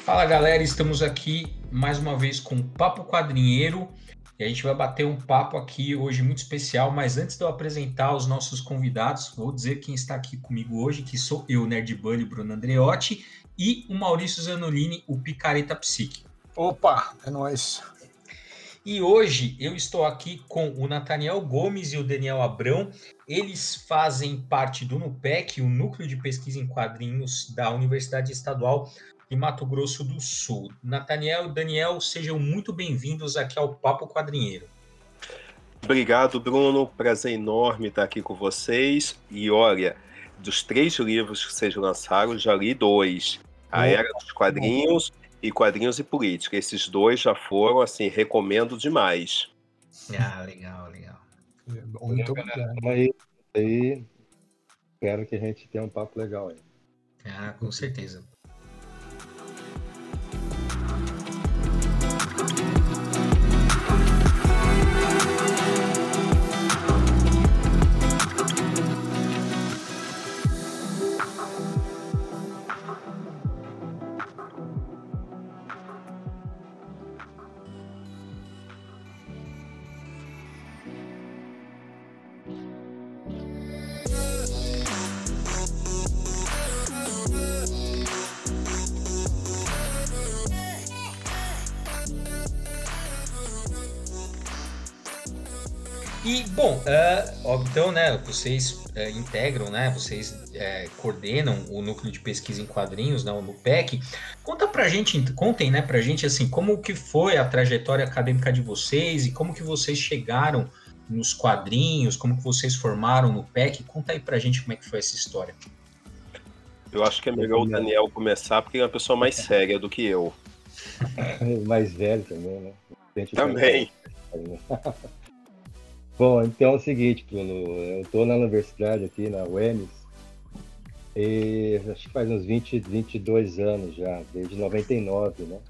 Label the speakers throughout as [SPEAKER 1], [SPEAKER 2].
[SPEAKER 1] Fala galera, estamos aqui mais uma vez com o Papo Quadrinheiro e a gente vai bater um papo aqui hoje muito especial, mas antes de eu apresentar os nossos convidados, vou dizer quem está aqui comigo hoje, que sou eu, Nerd Bunny, Bruno Andreotti, e o Maurício Zanolini, o Picareta Psique.
[SPEAKER 2] Opa, é nóis.
[SPEAKER 1] E hoje eu estou aqui com o Nathaniel Gomes e o Daniel Abrão. Eles fazem parte do NUPEC, o Núcleo de Pesquisa em Quadrinhos da Universidade Estadual de Mato Grosso do Sul. Nathaniel e Daniel, sejam muito bem-vindos aqui ao Papo Quadrinheiro.
[SPEAKER 3] Obrigado, Bruno. Prazer enorme estar aqui com vocês. E olha, dos 3 livros que vocês lançaram, já li 2. A Era dos Quadrinhos e Quadrinhos e Política. Esses 2 já foram, assim, recomendo demais.
[SPEAKER 1] Ah, legal.
[SPEAKER 2] Muito obrigado.
[SPEAKER 4] Aí, espero que a gente tenha um papo legal aí.
[SPEAKER 1] Ah, com certeza. E, bom, então, né, vocês integram, né, vocês coordenam o Núcleo de Pesquisa em Quadrinhos, né, o NUPEC. Contem, né, pra gente, assim, como que foi a trajetória acadêmica de vocês e como que vocês chegaram nos quadrinhos, como que vocês formaram no PEC. Conta aí pra gente como é que foi essa história.
[SPEAKER 3] Eu acho que é melhor o Daniel começar, porque ele é uma pessoa mais séria do que eu.
[SPEAKER 4] Mais velho também, né?
[SPEAKER 3] Também.
[SPEAKER 4] Bom, então é o seguinte, Bruno, eu estou na universidade aqui, na UEMS, e acho que faz uns 22 anos já, desde 99, né?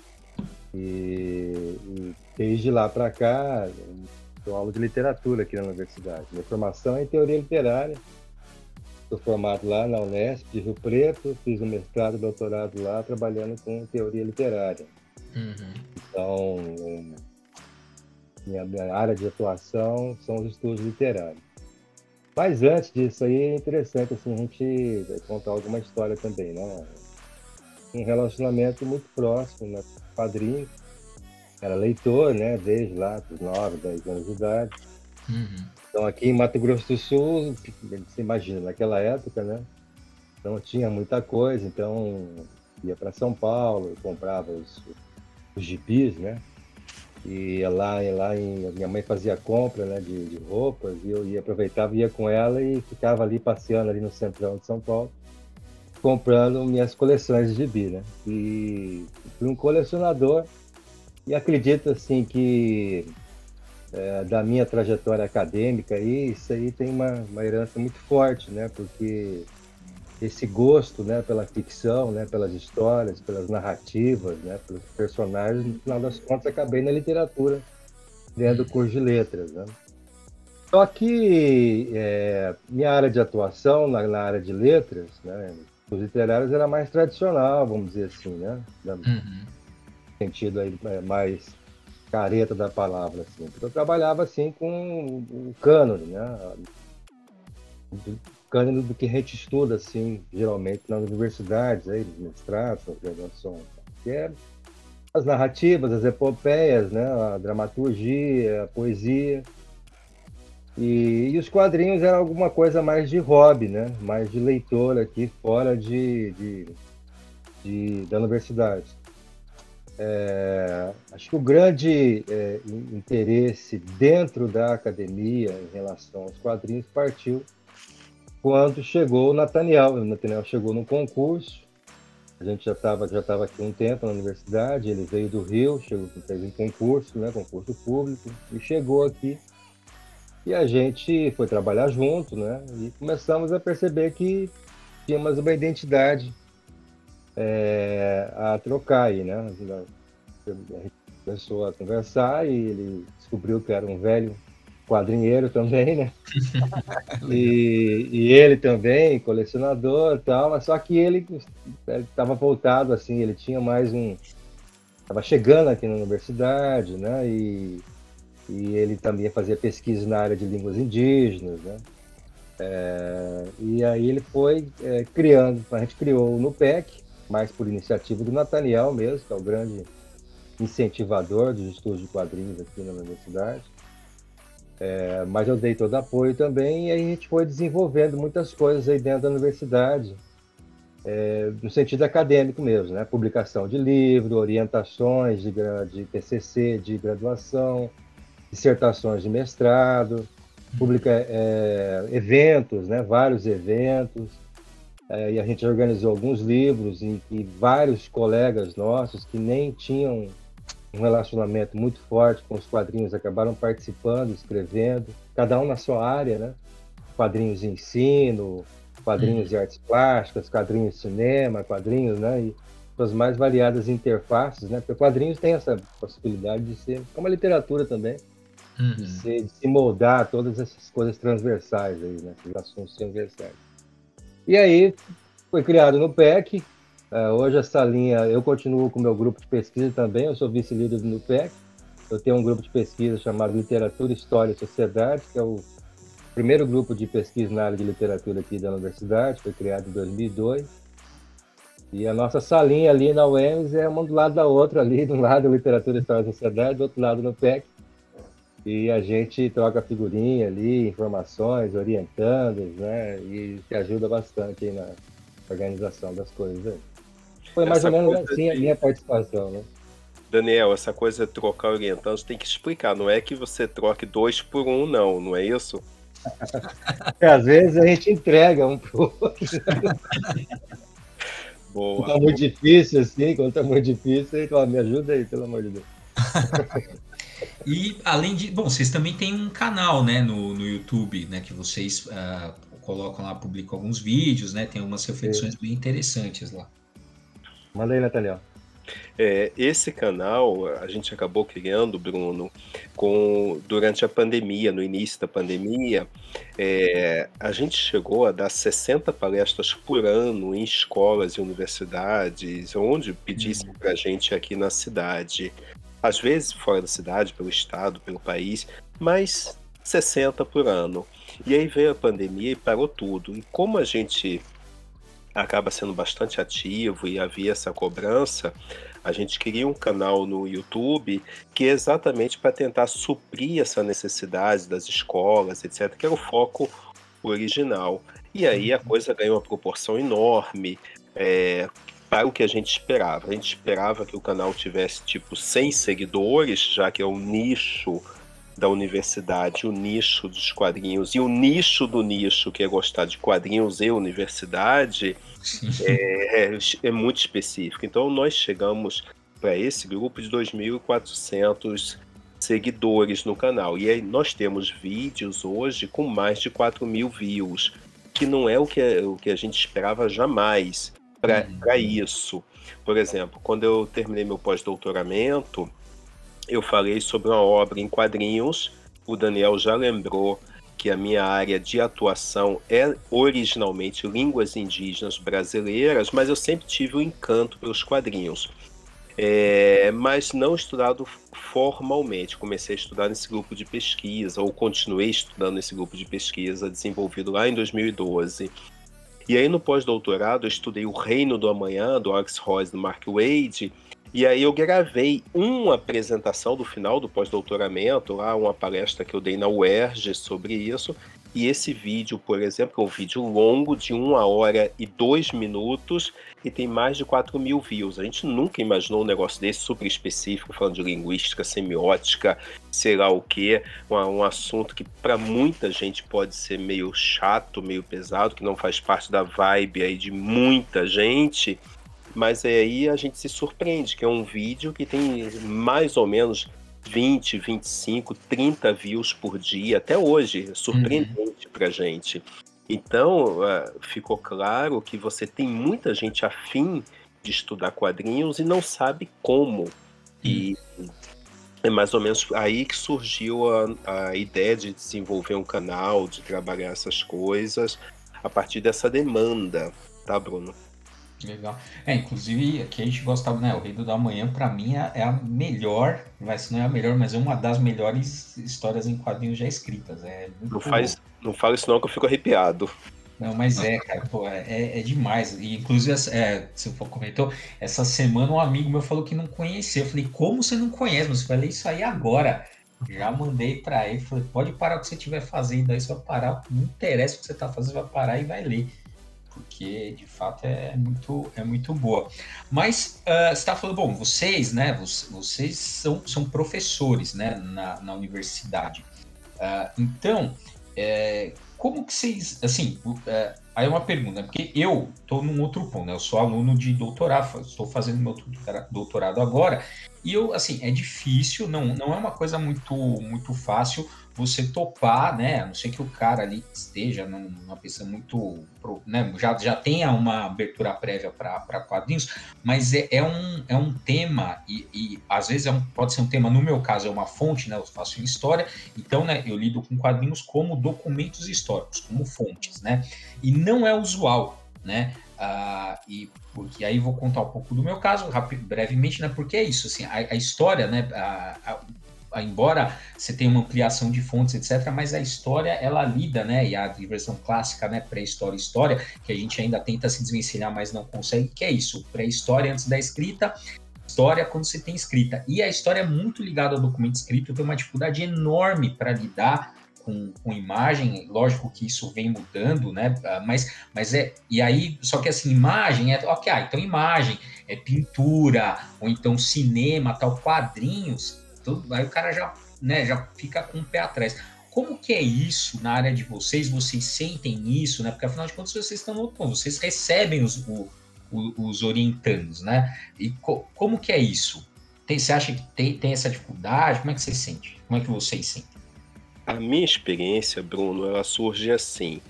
[SPEAKER 4] E desde lá para cá, dou aula de literatura aqui na universidade. Minha formação é em teoria literária, sou formado lá na Unesp de Rio Preto, fiz um mestrado e doutorado lá, trabalhando com teoria literária.
[SPEAKER 1] Uhum.
[SPEAKER 4] Então, minha área de atuação são os estudos literários. Mas antes disso aí, é interessante assim, a gente contar alguma história também, né? Um relacionamento muito próximo, né? Padrinho, era leitor, né? Desde lá, dos 9, 10 anos de idade.
[SPEAKER 1] Uhum.
[SPEAKER 4] Então, aqui em Mato Grosso do Sul, você imagina, naquela época, né? Não tinha muita coisa, então ia para São Paulo, comprava os gibis, né? E minha mãe fazia compra, né, de roupas, e eu aproveitava, ia com ela e ficava ali passeando ali no centrão de São Paulo, comprando minhas coleções de gibi, né? E fui um colecionador e acredito assim que da minha trajetória acadêmica aí, isso aí tem uma herança muito forte, né? Porque esse gosto, né, pela ficção, né, pelas histórias, pelas narrativas, né, pelos personagens, no final das contas acabei na literatura, dentro do curso de letras, né. Só que minha área de atuação na área de letras, né, os literários era mais tradicional, vamos dizer assim, né, no sentido aí mais careta da palavra, assim. Eu trabalhava assim com o cânone, né, cânone do que a gente estuda, assim, geralmente nas universidades, aí, nos mestrados, nas graduações, que é as narrativas, as epopeias, né, a dramaturgia, a poesia, e os quadrinhos eram alguma coisa mais de hobby, né, mais de leitor aqui fora da universidade. Acho que o grande interesse dentro da academia em relação aos quadrinhos partiu quando chegou o Nathaniel. O Nathaniel chegou num concurso, a gente já estava aqui um tempo na universidade, ele veio do Rio, fez um concurso, né, concurso público, e chegou aqui, e a gente foi trabalhar junto, né, e começamos a perceber que tínhamos uma identidade a trocar aí, né, a gente começou a conversar e ele descobriu que era um velho quadrinheiro também, né? E ele também, colecionador e tal, mas só que ele estava voltado, assim, ele tinha mais um... Estava chegando aqui na universidade, né? E ele também fazia pesquisa na área de línguas indígenas, né? E aí ele foi criando, a gente criou o NUPEC, mais por iniciativa do Nathaniel mesmo, que é o grande incentivador dos estudos de quadrinhos aqui na universidade. Mas eu dei todo apoio também, e aí a gente foi desenvolvendo muitas coisas aí dentro da universidade, no sentido acadêmico mesmo, né? Publicação de livro, orientações de TCC, de graduação, dissertações de mestrado, eventos, né? Vários eventos, e a gente organizou alguns livros, e vários colegas nossos que nem tinham um relacionamento muito forte com os quadrinhos acabaram participando, escrevendo, cada um na sua área, né? Quadrinhos de ensino, quadrinhos de artes plásticas, quadrinhos de cinema, quadrinhos, né? E as mais variadas interfaces, né? Porque quadrinhos tem essa possibilidade de ser, como a literatura também, de se moldar a todas essas coisas transversais aí, né? Esses assuntos transversais. E aí foi criado no PEC. Hoje essa linha, eu continuo com o meu grupo de pesquisa também, eu sou vice-líder do NUPEC. Eu tenho um grupo de pesquisa chamado Literatura, História e Sociedade, que é o primeiro grupo de pesquisa na área de literatura aqui da universidade, foi criado em 2002. E a nossa salinha ali na UEMS é uma do lado da outra ali, de um lado Literatura, História e Sociedade, do outro lado NUPEC. E a gente troca figurinha ali, informações, orientando, né? E se ajuda bastante aí na organização das coisas aí. Foi mais ou menos assim a minha participação, né?
[SPEAKER 3] Daniel, essa coisa de trocar orientando, você tem que explicar. Não é que você troque 2 por 1, não é isso?
[SPEAKER 4] Às vezes a gente entrega um pro outro.
[SPEAKER 3] Boa.
[SPEAKER 4] Quando tá muito difícil, assim, quando tá muito difícil, aí fala, me ajuda aí, pelo amor de Deus.
[SPEAKER 1] E além de... Bom, vocês também têm um canal, né, no YouTube, né, que vocês colocam lá, publicam alguns vídeos, né, tem umas reflexões bem interessantes lá.
[SPEAKER 4] Manda aí, Nathaniel.
[SPEAKER 3] Esse canal a gente acabou criando, Bruno, durante a pandemia, no início da pandemia. A gente chegou a dar 60 palestras por ano em escolas e universidades, onde pedissem para a gente aqui na cidade. Às vezes fora da cidade, pelo estado, pelo país, mas 60 por ano. E aí veio a pandemia e parou tudo. E como a gente acaba sendo bastante ativo e havia essa cobrança, a gente cria um canal no YouTube que é exatamente para tentar suprir essa necessidade das escolas, etc., que era o foco original. E aí a coisa ganhou uma proporção enorme, para o que a gente esperava. A gente esperava que o canal tivesse tipo 100 seguidores, já que é o nicho da universidade, o nicho dos quadrinhos, e o nicho do nicho, que é gostar de quadrinhos e universidade, é muito específico. Então nós chegamos para esse grupo de 2.400 seguidores no canal. E aí nós temos vídeos hoje com mais de 4.000 views, que não é o que a gente esperava jamais para isso. Por exemplo, quando eu terminei meu pós-doutoramento, eu falei sobre uma obra em quadrinhos. O Daniel já lembrou que a minha área de atuação é originalmente línguas indígenas brasileiras, mas eu sempre tive um encanto pelos quadrinhos. Mas não estudado formalmente. Comecei a estudar nesse grupo de pesquisa, ou continuei estudando nesse grupo de pesquisa, desenvolvido lá em 2012. E aí no pós-doutorado eu estudei O Reino do Amanhã, do Alex Ross e do Mark Waid, e aí eu gravei uma apresentação do final do pós-doutoramento, lá uma palestra que eu dei na UERJ sobre isso, e esse vídeo, por exemplo, é um vídeo longo de 1 hora e 2 minutos e tem mais de 4.000 views. A gente nunca imaginou um negócio desse super específico, falando de linguística, semiótica, sei lá o quê, um assunto que para muita gente pode ser meio chato, meio pesado, que não faz parte da vibe aí de muita gente, mas aí a gente se surpreende, que é um vídeo que tem mais ou menos 20, 25, 30 views por dia, até hoje, surpreendente pra gente. Então, ficou claro que você tem muita gente afim de estudar quadrinhos e não sabe como. E É mais ou menos aí que surgiu a ideia de desenvolver um canal, de trabalhar essas coisas, a partir dessa demanda, tá, Bruno?
[SPEAKER 1] Legal. Inclusive, aqui a gente gostava, né? O Rei do da Manhã, pra mim, é a melhor, se não é a melhor, mas é uma das melhores histórias em quadrinhos já escritas. É
[SPEAKER 3] Não
[SPEAKER 1] muito.
[SPEAKER 3] não fala isso não que eu fico arrepiado.
[SPEAKER 1] Não, mas cara, pô, é demais. E, inclusive, você comentou, essa semana um amigo meu falou que não conhecia. Eu falei, como você não conhece? Você vai ler isso aí agora. Já mandei pra ele, falei, pode parar o que você estiver fazendo aí, você vai parar, não interessa o que você tá fazendo, você vai parar e vai ler. Porque, de fato, é muito boa. Mas, você está falando, bom, vocês, né, vocês são professores, né, na universidade. Então, como que vocês, assim, aí é uma pergunta, porque eu estou num outro ponto, né? Eu sou aluno de doutorado, estou fazendo meu doutorado agora, e eu, assim, é difícil, não é uma coisa muito fácil você topar, né? A não ser que o cara ali esteja numa pessoa muito, né? Já tenha uma abertura prévia para quadrinhos, mas é um tema, e às vezes pode ser um tema, no meu caso, é uma fonte, né? Eu faço em história, então, né, eu lido com quadrinhos como documentos históricos, como fontes, né? E não é usual, né? E porque aí vou contar um pouco do meu caso, brevemente, né? Porque é isso, assim, a história, né? Embora você tenha uma ampliação de fontes, etc., mas a história, ela lida, né? E a versão clássica, né? Pré-história e história, que a gente ainda tenta se desvencilhar, mas não consegue, que é isso: pré-história antes da escrita, história quando você tem escrita. E a história é muito ligada ao documento escrito, tem uma dificuldade enorme para lidar com imagem. Lógico que isso vem mudando, né? Mas e aí, só que assim, imagem ok, então imagem, pintura, ou então cinema, tal, quadrinhos, tudo, aí o cara já, né, já fica com o pé atrás. Como que é isso na área de vocês? Vocês sentem isso, né? Porque afinal de contas vocês estão no ponto, vocês recebem os orientandos, né? E como que é isso? Você acha que tem essa dificuldade? Como é que você sente? Como é que vocês sentem?
[SPEAKER 3] A minha experiência, Bruno, ela surge assim.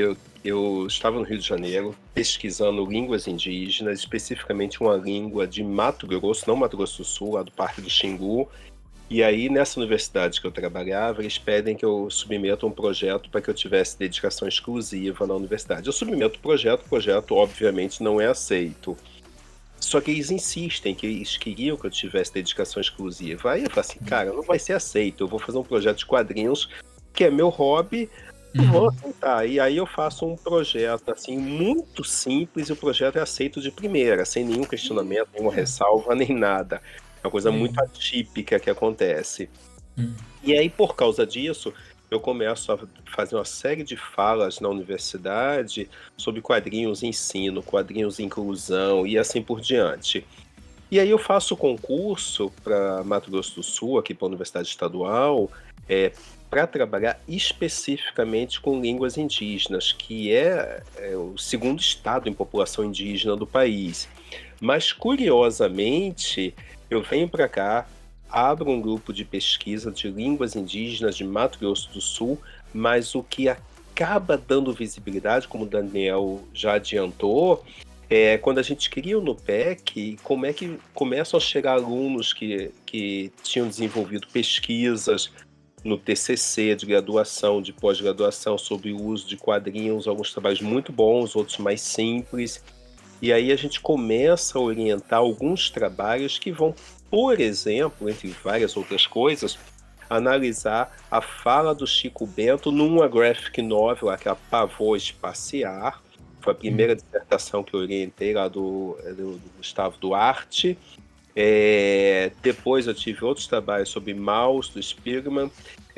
[SPEAKER 3] Eu estava no Rio de Janeiro pesquisando línguas indígenas, especificamente uma língua de Mato Grosso, não Mato Grosso do Sul, lá do Parque do Xingu. E aí, nessa universidade que eu trabalhava, eles pedem que eu submeta um projeto para que eu tivesse dedicação exclusiva na universidade. Eu submeto o projeto obviamente não é aceito. Só que eles insistem que eles queriam que eu tivesse dedicação exclusiva. Aí eu falo assim, cara, não vai ser aceito. Eu vou fazer um projeto de quadrinhos, que é meu hobby, e vou aceitar. E aí eu faço um projeto assim muito simples, e o projeto é aceito de primeira, sem nenhum questionamento, nenhuma ressalva, nem nada. É uma coisa muito atípica que acontece. E aí, por causa disso, eu começo a fazer uma série de falas na universidade sobre quadrinhos ensino, quadrinhos inclusão e assim por diante. E aí eu faço concurso para Mato Grosso do Sul, aqui para a Universidade Estadual, para trabalhar especificamente com línguas indígenas, que é o segundo estado em população indígena do país. Mas, curiosamente, eu venho para cá, abro um grupo de pesquisa de línguas indígenas de Mato Grosso do Sul, mas o que acaba dando visibilidade, como o Daniel já adiantou, quando a gente cria o NUPEC, como é que começam a chegar alunos que tinham desenvolvido pesquisas no TCC de graduação, de pós-graduação, sobre o uso de quadrinhos, alguns trabalhos muito bons, outros mais simples. E aí a gente começa a orientar alguns trabalhos que vão, por exemplo, entre várias outras coisas, analisar a fala do Chico Bento numa graphic novel, aquela Pavô Espaciar. Foi a primeira dissertação que eu orientei lá do Gustavo Duarte. Depois eu tive outros trabalhos sobre Maus, do Spiegelman.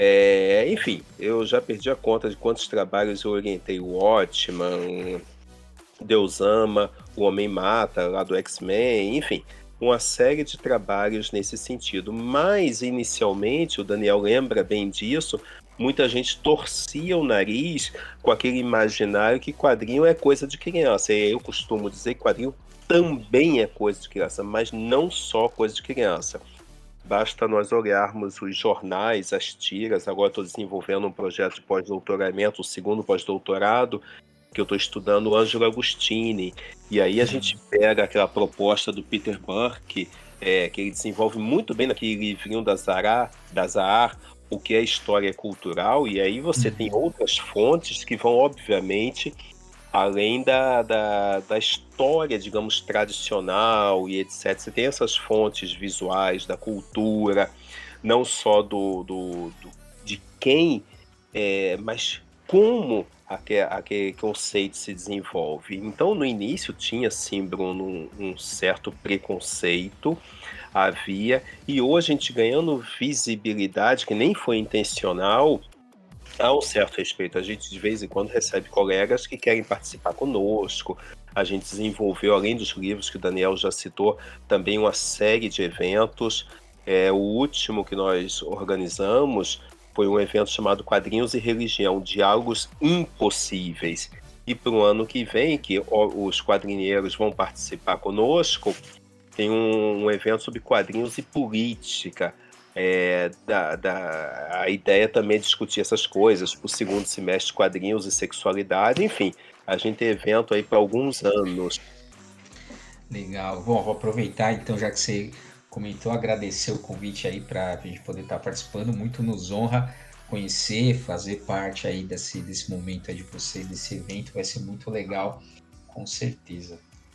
[SPEAKER 3] Enfim, eu já perdi a conta de quantos trabalhos eu orientei. O Watchman, Deus Ama, O Homem Mata, lá do X-Men, enfim, uma série de trabalhos nesse sentido. Mas, inicialmente, o Daniel lembra bem disso, muita gente torcia o nariz com aquele imaginário que quadrinho é coisa de criança. E eu costumo dizer que quadrinho também é coisa de criança, mas não só coisa de criança. Basta nós olharmos os jornais, as tiras. Agora estou desenvolvendo um projeto de pós-doutoramento, o segundo pós-doutorado, que eu estou estudando o Ângelo Agostini. E aí a gente pega aquela proposta do Peter Burke que ele desenvolve muito bem naquele livrinho da Zahar, o que é história cultural, e aí você tem outras fontes que vão, obviamente, além da história, digamos, tradicional e etc. Você tem essas fontes visuais da cultura, não só de quem, mas como aquele conceito se desenvolve. Então, no início, tinha, sim, Bruno, um certo preconceito, havia, e hoje a gente ganhando visibilidade, que nem foi intencional, há um certo respeito. A gente, de vez em quando, recebe colegas que querem participar conosco. A gente desenvolveu, além dos livros que o Daniel já citou, também uma série de eventos. O último que nós organizamos foi um evento chamado Quadrinhos e Religião, Diálogos Impossíveis. E para o ano que vem, que os quadrinheiros vão participar conosco, tem um evento sobre quadrinhos e política. A ideia também é discutir essas coisas, o segundo semestre, quadrinhos e sexualidade, enfim, a gente tem evento aí para alguns anos.
[SPEAKER 1] Legal. Bom, vou aproveitar então, já que você comentou, agradecer o convite aí para a gente poder estar participando. Muito nos honra conhecer, fazer parte aí desse momento aí de vocês, desse evento, vai ser muito legal, com certeza.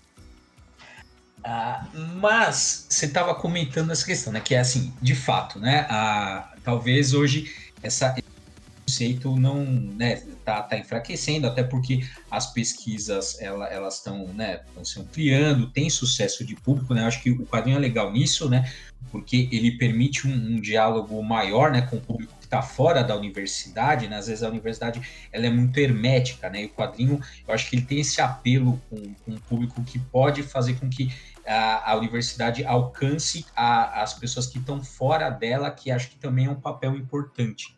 [SPEAKER 1] Mas você estava comentando essa questão, né? Que é assim, de fato, né? Talvez hoje esse conceito não, né, tá enfraquecendo, até porque as pesquisas elas estão, né, se ampliando, tem sucesso de público, né? Eu acho que o quadrinho é legal nisso, né? Porque ele permite um diálogo maior, né, com o público que está fora da universidade, né? Às vezes a universidade ela é muito hermética, né? E o quadrinho, eu acho que ele tem esse apelo com um público que pode fazer com que a universidade alcance as pessoas que estão fora dela, que acho que também é um papel importante.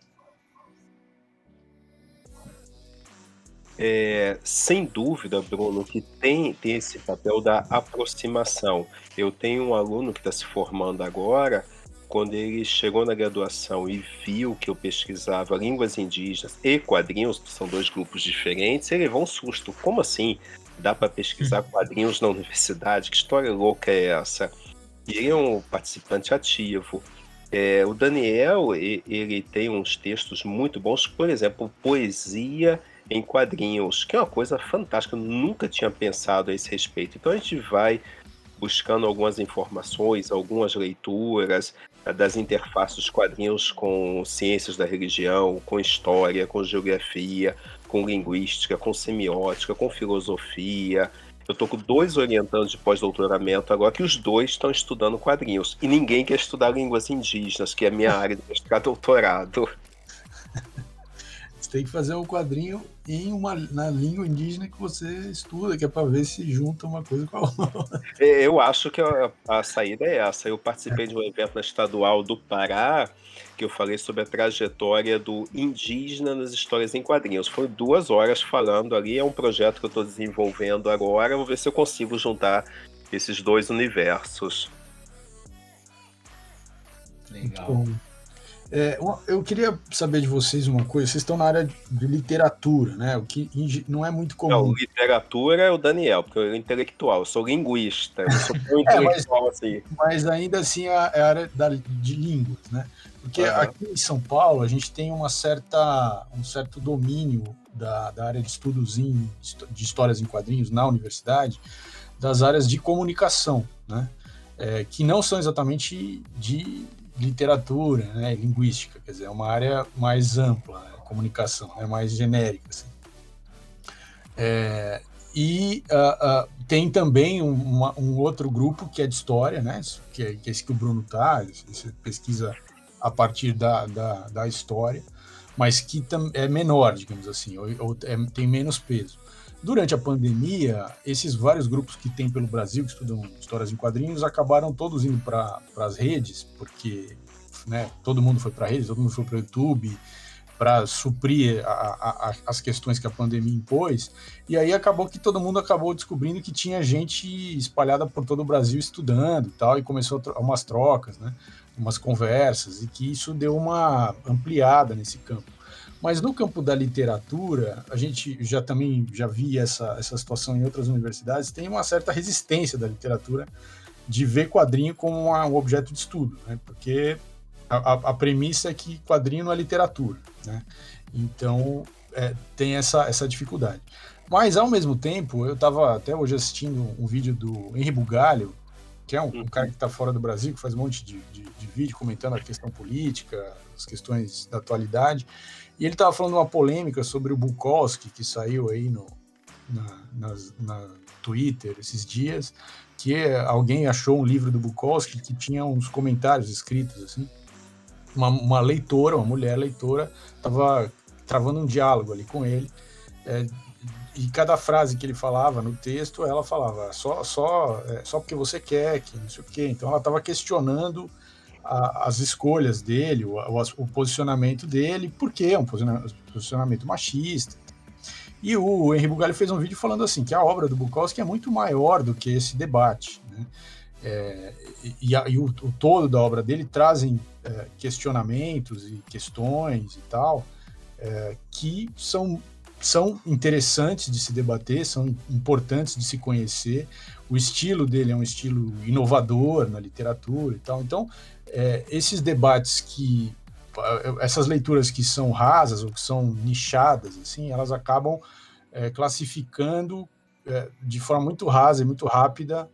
[SPEAKER 3] Sem dúvida, Bruno, que tem esse papel da aproximação. Eu tenho um aluno que está se formando agora, quando ele chegou na graduação e viu que eu pesquisava línguas indígenas e quadrinhos, que são dois grupos diferentes, ele levou um susto. Como assim? Dá para pesquisar quadrinhos na universidade? Que história louca é essa? E ele é um participante ativo. O Daniel, ele tem uns textos muito bons, por exemplo, poesia em quadrinhos, que é uma coisa fantástica, eu nunca tinha pensado a esse respeito. Então a gente vai buscando algumas informações, algumas leituras das interfaces dos quadrinhos com ciências da religião, com história, com geografia, com linguística, com semiótica, com filosofia. Eu estou com 2 orientandos de pós-doutoramento agora, que os 2 estão estudando quadrinhos. E ninguém quer estudar línguas indígenas, que é a minha área de mestrado-doutorado.
[SPEAKER 2] Você tem que fazer um quadrinho na língua indígena que você estuda, que é para ver se junta uma coisa com a outra.
[SPEAKER 3] Eu acho que a saída é essa. Eu participei de um evento na Estadual do Pará, que eu falei sobre a trajetória do indígena nas histórias em quadrinhos. Foi 2 horas falando ali, é um projeto que eu estou desenvolvendo agora, vou ver se eu consigo juntar esses 2 universos.
[SPEAKER 1] Legal.
[SPEAKER 2] Eu queria saber de vocês uma coisa. Vocês estão na área de literatura, né? O que não é muito comum.
[SPEAKER 3] Não, literatura é o Daniel, porque eu sou intelectual, eu sou linguista, eu sou um intelectual assim.
[SPEAKER 2] Mas ainda assim é a área de línguas, né? Porque aqui em São Paulo a gente tem um certo domínio da área de estudos de histórias em quadrinhos na universidade, das áreas de comunicação, né? Que não são exatamente de literatura, né, linguística, quer dizer, é uma área mais ampla, né, comunicação, é mais genérica. Assim. Tem também um outro grupo que é de história, né, que é esse que o Bruno está, você pesquisa a partir da história, mas que é menor, digamos assim, tem menos peso. Durante a pandemia, esses vários grupos que tem pelo Brasil, que estudam histórias em quadrinhos, acabaram todos indo para as redes, porque, né, todo mundo foi para a rede, todo mundo foi para o YouTube, para suprir as questões que a pandemia impôs, e aí acabou que todo mundo acabou descobrindo que tinha gente espalhada por todo o Brasil estudando e tal, e começou umas trocas, né, umas conversas, e que isso deu uma ampliada nesse campo. Mas no campo da literatura, a gente já vi essa situação em outras universidades, tem uma certa resistência da literatura de ver quadrinho como um objeto de estudo, né? Porque a premissa é que quadrinho não é literatura, né? Então, tem essa dificuldade. Mas, ao mesmo tempo, eu estava até hoje assistindo um vídeo do Henri Bugalho, que é um cara que está fora do Brasil, que faz um monte de vídeo comentando a questão política, as questões da atualidade, e ele estava falando uma polêmica sobre o Bukowski, que saiu aí na Twitter esses dias, que alguém achou um livro do Bukowski que tinha uns comentários escritos, assim, uma leitora, uma mulher leitora, estava travando um diálogo ali com ele, e cada frase que ele falava no texto, ela falava só porque você quer, que não sei o quê. Então ela estava questionando as escolhas dele, o posicionamento dele, porque é um posicionamento machista. E o Henri Bugalho fez um vídeo falando assim, que a obra do Bukowski é muito maior do que esse debate, né? E o todo da obra dele trazem questionamentos e questões e tal, que são interessantes de se debater, são importantes de se conhecer. O estilo dele é um estilo inovador na literatura e tal. Então, esses debates essas leituras que são rasas ou que são nichadas, assim, elas acabam classificando de forma muito rasa e muito rápida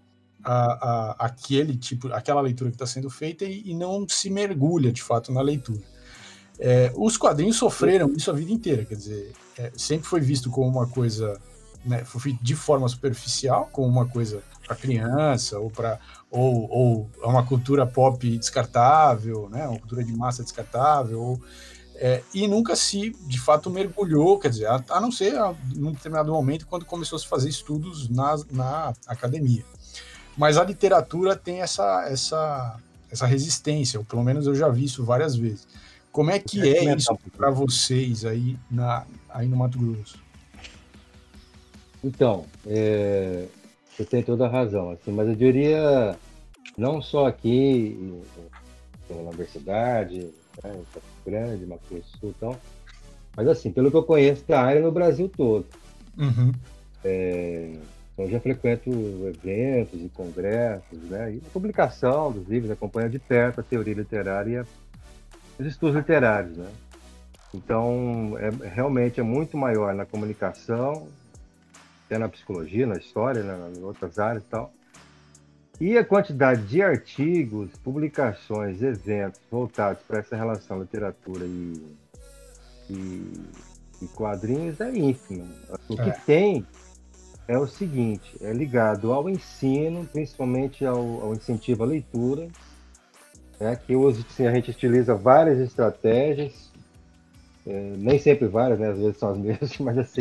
[SPEAKER 2] aquela leitura que está sendo feita e não se mergulha, de fato, na leitura. Os quadrinhos sofreram isso a vida inteira, quer dizer, sempre foi visto como uma coisa, né, foi feito de forma superficial, como uma coisa para criança, ou uma cultura pop descartável, né, uma cultura de massa descartável, e nunca se, de fato, mergulhou, quer dizer, a não ser num determinado momento, quando começou a se fazer estudos na academia. Mas a literatura tem essa resistência, ou pelo menos eu já vi isso várias vezes. Como é que é isso para vocês aí no Mato Grosso?
[SPEAKER 4] Então, você tem toda a razão, assim, mas eu diria, não só aqui na universidade, né, em Campo Grande, Mato Grosso do Sul, então, mas assim, pelo que eu conheço da área no Brasil todo.
[SPEAKER 2] Uhum.
[SPEAKER 4] Então, eu já frequento eventos e congressos, né, e a publicação dos livros, acompanho de perto a teoria literária e os estudos literários, né? Então, realmente é muito maior na comunicação, até na psicologia, na história, em outras áreas e tal. E a quantidade de artigos, publicações, eventos voltados para essa relação literatura e quadrinhos é ínfima. O que tem é o seguinte, é ligado ao ensino, principalmente ao incentivo à leitura, né, que hoje a gente utiliza várias estratégias, nem sempre várias, né, às vezes são as mesmas, mas assim,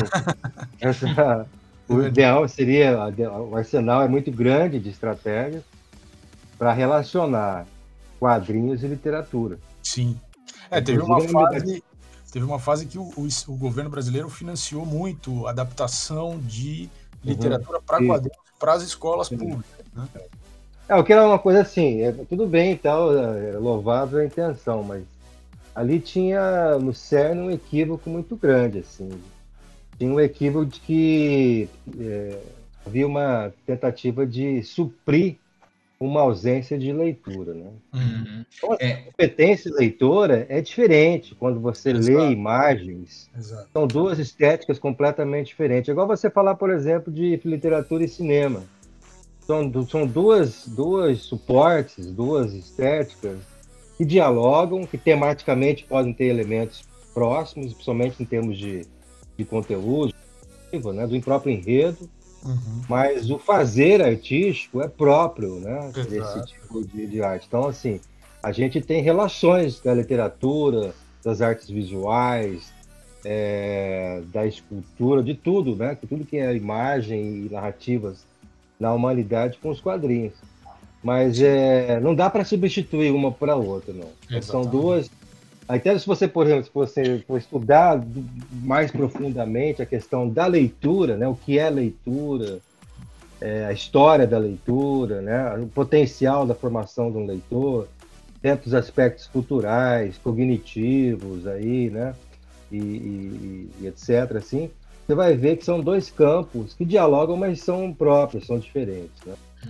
[SPEAKER 4] o ideal seria, o arsenal é muito grande de estratégias para relacionar quadrinhos e literatura.
[SPEAKER 2] Sim. Teve uma fase que o governo brasileiro financiou muito a adaptação de literatura para quadrinhos para as escolas públicas, né?
[SPEAKER 4] O que era uma coisa assim, tudo bem e tal, é louvável a intenção, mas ali tinha no cerne um equívoco muito grande, assim. Tinha um equívoco de que havia uma tentativa de suprir uma ausência de leitura, né?
[SPEAKER 2] Uhum.
[SPEAKER 4] Então, a competência leitora é diferente quando você lê imagens.
[SPEAKER 2] Exato.
[SPEAKER 4] São duas estéticas completamente diferentes. É igual você falar, por exemplo, de literatura e cinema. São duas suportes, duas estéticas que dialogam, que tematicamente podem ter elementos próximos, principalmente em termos de conteúdo, né, do próprio enredo, mas o fazer artístico é próprio, né, desse tipo de arte. Então, assim, a gente tem relações da literatura, das artes visuais, da escultura, de tudo, né, tudo que é imagem e narrativas na humanidade com os quadrinhos. Mas não dá para substituir uma para a outra, não. Exatamente. São duas. Até se você, por exemplo, se você for estudar mais profundamente a questão da leitura, né, o que é leitura, a história da leitura, né, o potencial da formação de um leitor, dentro dos aspectos culturais, cognitivos, aí, né, e etc. Assim, você vai ver que são dois campos que dialogam, mas são próprios, são diferentes, né?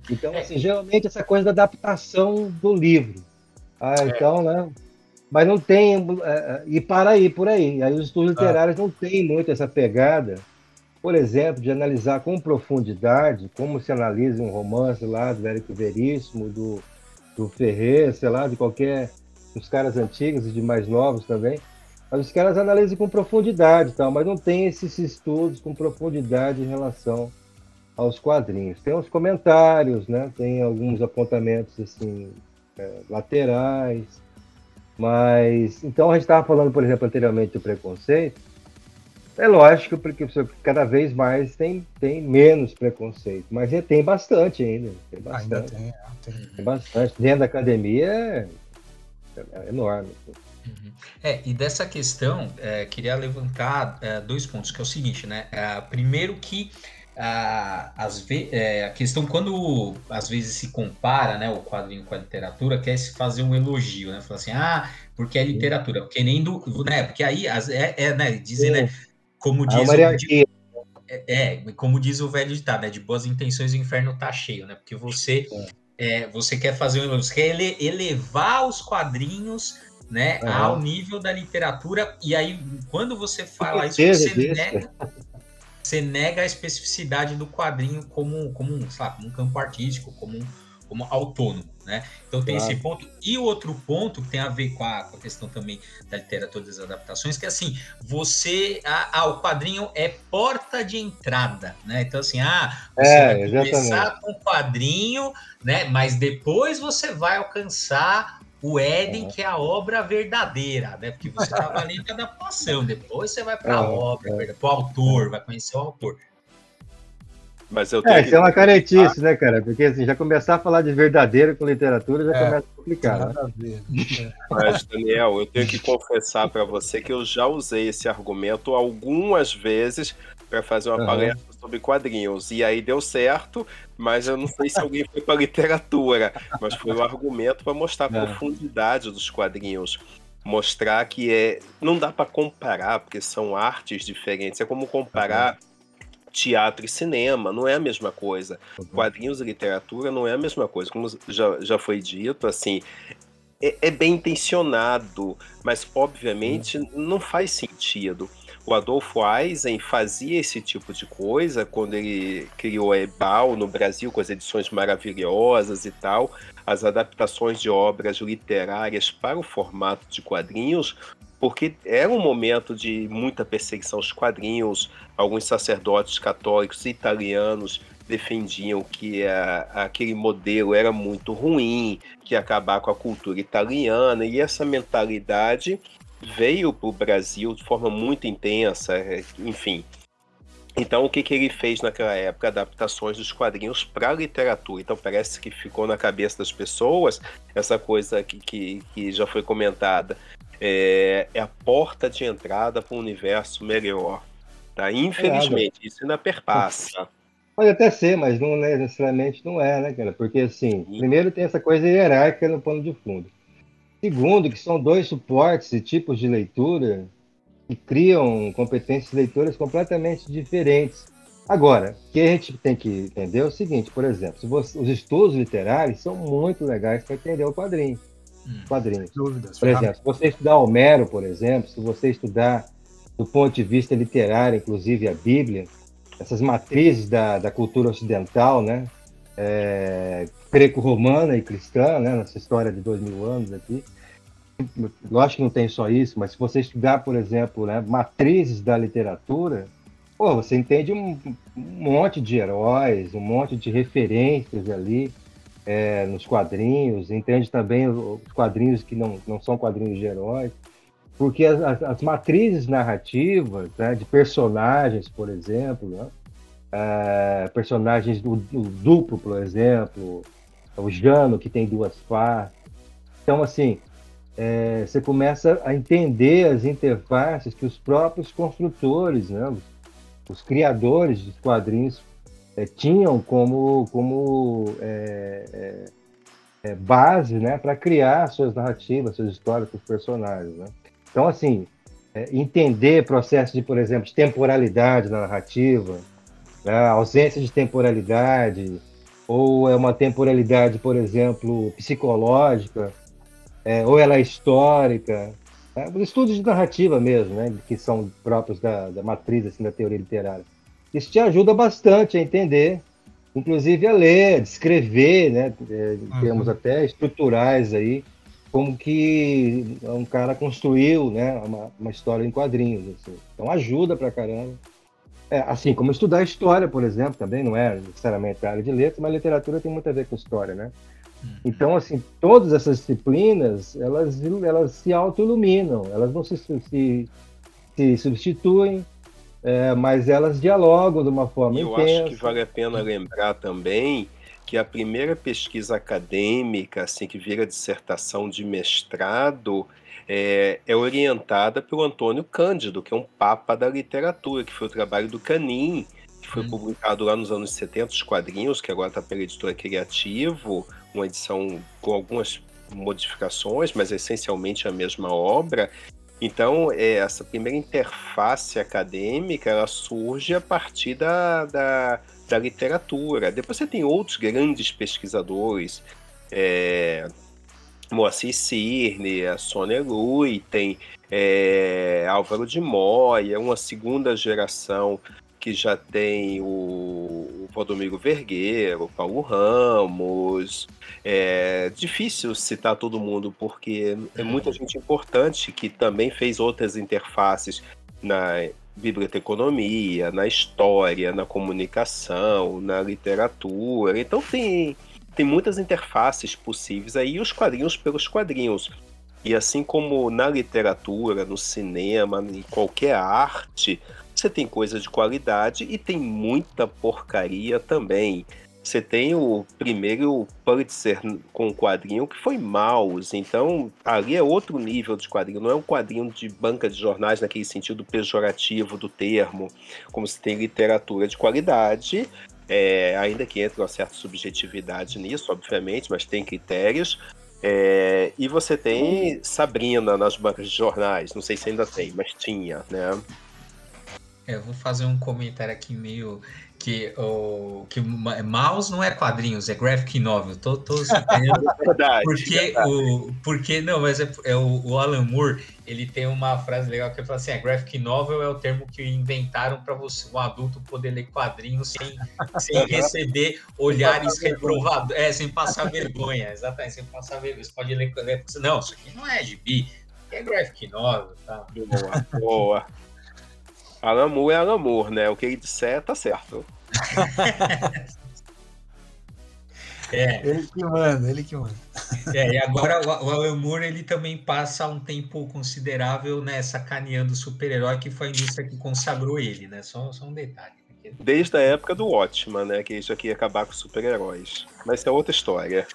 [SPEAKER 4] Então, assim, geralmente essa coisa da adaptação do livro. Então, né? Mas não tem. E para aí, por aí. Aí os estudos literários não têm muito essa pegada, por exemplo, de analisar com profundidade como se analisa um romance lá do Érico Veríssimo, do Ferrer, sei lá, de qualquer dos caras antigos e de mais novos também. Mas os caras analisam com profundidade, tal, mas não tem esses estudos com profundidade em relação aos quadrinhos. Tem os comentários, né? Tem alguns apontamentos assim, laterais, mas então a gente estava falando, por exemplo, anteriormente do preconceito. É lógico, porque cada vez mais tem menos preconceito, mas tem bastante ainda. Tem bastante.
[SPEAKER 2] Ainda tem.
[SPEAKER 4] Tem bastante. Dentro da academia é enorme.
[SPEAKER 1] E dessa questão, queria levantar 2 pontos, que é o seguinte, né? Primeiro que a questão, quando às vezes se compara, né, o quadrinho com a literatura, quer se fazer um elogio, né? Falar assim, porque é literatura, porque nem né? Porque aí, né, dizem, né? Como diz o velho ditado, né? De boas intenções o inferno tá cheio, né? Porque você quer fazer um elogio, você quer elevar os quadrinhos, né, ao nível da literatura, e aí quando você fala isso, você nega a especificidade do quadrinho como um campo artístico, como autônomo, né? Então tem esse ponto. E o outro ponto que tem a ver com a questão também da literatura das adaptações, que é assim, o quadrinho é porta de entrada, né? Então assim, você vai começar com o quadrinho, né? Mas depois você vai alcançar o Éden, que é a obra verdadeira, né? Porque você estava ali com a adaptação, depois você vai para a obra, para o autor, vai conhecer o autor.
[SPEAKER 3] Mas eu
[SPEAKER 4] isso é uma caretice, né, cara? Porque assim, já começar a falar de verdadeiro com literatura já começa a complicar.
[SPEAKER 2] Nada a ver.
[SPEAKER 3] Mas, Daniel, eu tenho que confessar para você que eu já usei esse argumento algumas vezes para fazer uma palestra sobre quadrinhos. E aí deu certo, mas eu não sei se alguém foi para literatura. Mas foi um argumento para mostrar a profundidade dos quadrinhos. Mostrar que não dá para comparar, porque são artes diferentes. É como comparar teatro e cinema, não é a mesma coisa. Quadrinhos e literatura não é a mesma coisa. Como já foi dito, assim, é bem intencionado, mas obviamente não faz sentido. O Adolfo Eisen fazia esse tipo de coisa quando ele criou a Ebal no Brasil, com as edições maravilhosas e tal, as adaptações de obras literárias para o formato de quadrinhos, porque era um momento de muita perseguição aos quadrinhos. Alguns sacerdotes católicos italianos defendiam que aquele modelo era muito ruim, que ia acabar com a cultura italiana, e essa mentalidade veio para o Brasil de forma muito intensa, enfim. Então, o que ele fez naquela época? Adaptações dos quadrinhos para a literatura. Então, parece que ficou na cabeça das pessoas essa coisa que já foi comentada. É a porta de entrada para um universo melhor. Tá? Infelizmente, isso ainda perpassa.
[SPEAKER 4] Pode até ser, mas não necessariamente não é, né, cara? Porque, assim, primeiro tem essa coisa hierárquica no pano de fundo. Segundo, que são 2 suportes e tipos de leitura que criam competências leitoras completamente diferentes. Agora, o que a gente tem que entender é o seguinte, por exemplo, os estudos literários são muito legais para entender o quadrinho. Quadrinhos.
[SPEAKER 2] Dúvidas,
[SPEAKER 4] por exemplo, se você estudar Homero, por exemplo, se você estudar do ponto de vista literário, inclusive a Bíblia, essas matrizes da cultura ocidental, né, greco-romana e cristã, né, nessa história de 2000 anos aqui, lógico que não tem só isso, mas se você estudar, por exemplo, né, matrizes da literatura, você entende um monte de heróis, um monte de referências ali, nos quadrinhos, entende também os quadrinhos que não são quadrinhos de heróis, porque as matrizes narrativas, né, de personagens, por exemplo, né, personagens do duplo, por exemplo, o Jano, que tem 2 faces. Então, assim, você começa a entender as interfaces que os próprios construtores, né, os criadores dos quadrinhos tinham como base, né, para criar suas narrativas, suas histórias, seus personagens, né? Então, assim, entender processo de, por exemplo, de temporalidade na narrativa, né, ausência de temporalidade, ou é uma temporalidade, por exemplo, psicológica, ou ela é histórica. Né? Os estudos de narrativa mesmo, né? Que são próprios da matriz assim, da teoria literária. Isso te ajuda bastante a entender, inclusive a ler, descrever, né? Em termos até estruturais aí, como que um cara construiu, né? Uma história em quadrinhos. Assim. Então ajuda pra caramba. Assim como estudar história, por exemplo, também não é necessariamente a área de letras, mas literatura tem muito a ver com história, né? Então, assim, todas essas disciplinas, elas se auto-iluminam, elas não se substituem, mas elas dialogam de uma forma
[SPEAKER 3] eu
[SPEAKER 4] intensa.
[SPEAKER 3] acho que vale a pena lembrar também que a primeira pesquisa acadêmica, assim, que vira dissertação de mestrado, é orientada pelo Antônio Cândido, que é um papa da literatura, que foi o trabalho do Canin, que foi publicado lá nos anos 70, os quadrinhos, que agora está pela editora Criativo, uma edição com algumas modificações, mas essencialmente a mesma obra. Então, essa primeira interface acadêmica, ela surge a partir da literatura. Depois você tem outros grandes pesquisadores, Moacir Cirne, a Sônia Luiten, Álvaro de Moya, uma segunda geração que já tem o Valdomiro Vergueiro, o Paulo Ramos. É difícil citar todo mundo, porque é muita gente importante que também fez outras interfaces na biblioteconomia, na história, na comunicação, na literatura. Então tem muitas interfaces possíveis aí, os quadrinhos pelos quadrinhos. E assim como na literatura, no cinema, em qualquer arte, você tem coisa de qualidade e tem muita porcaria também. Você tem o primeiro Pulitzer com quadrinho que foi Maus, então ali é outro nível de quadrinho, não é um quadrinho de banca de jornais naquele sentido pejorativo do termo, como se tem literatura de qualidade, ainda que entre uma certa subjetividade nisso, obviamente, mas tem critérios. E você tem Sabrina nas bancas de jornais, não sei se ainda tem, mas tinha, né?
[SPEAKER 1] Eu vou fazer um comentário aqui meio que Mouse não é quadrinhos, é graphic novel. Tô entendendo.
[SPEAKER 3] Verdade,
[SPEAKER 1] Porque não, mas o Alan Moore, ele tem uma frase legal que ele fala assim: graphic novel é o termo que inventaram para você, um adulto poder ler quadrinhos sem receber olhares reprovadores, sem passar vergonha, exatamente, sem passar vergonha. Você pode ler, não, isso aqui não é gibi, é graphic novel, tá?
[SPEAKER 3] Boa. Alan Moore é Alan Moore, né? O que ele disser tá certo.
[SPEAKER 2] Ele que manda.
[SPEAKER 1] E agora o Alan Moore, ele também passa um tempo considerável, né, sacaneando o super-herói, que foi a indústria que consagrou ele, né? Só um detalhe.
[SPEAKER 3] Desde a época do Watchmen, né? Que isso aqui ia acabar com super-heróis. Mas isso é outra história.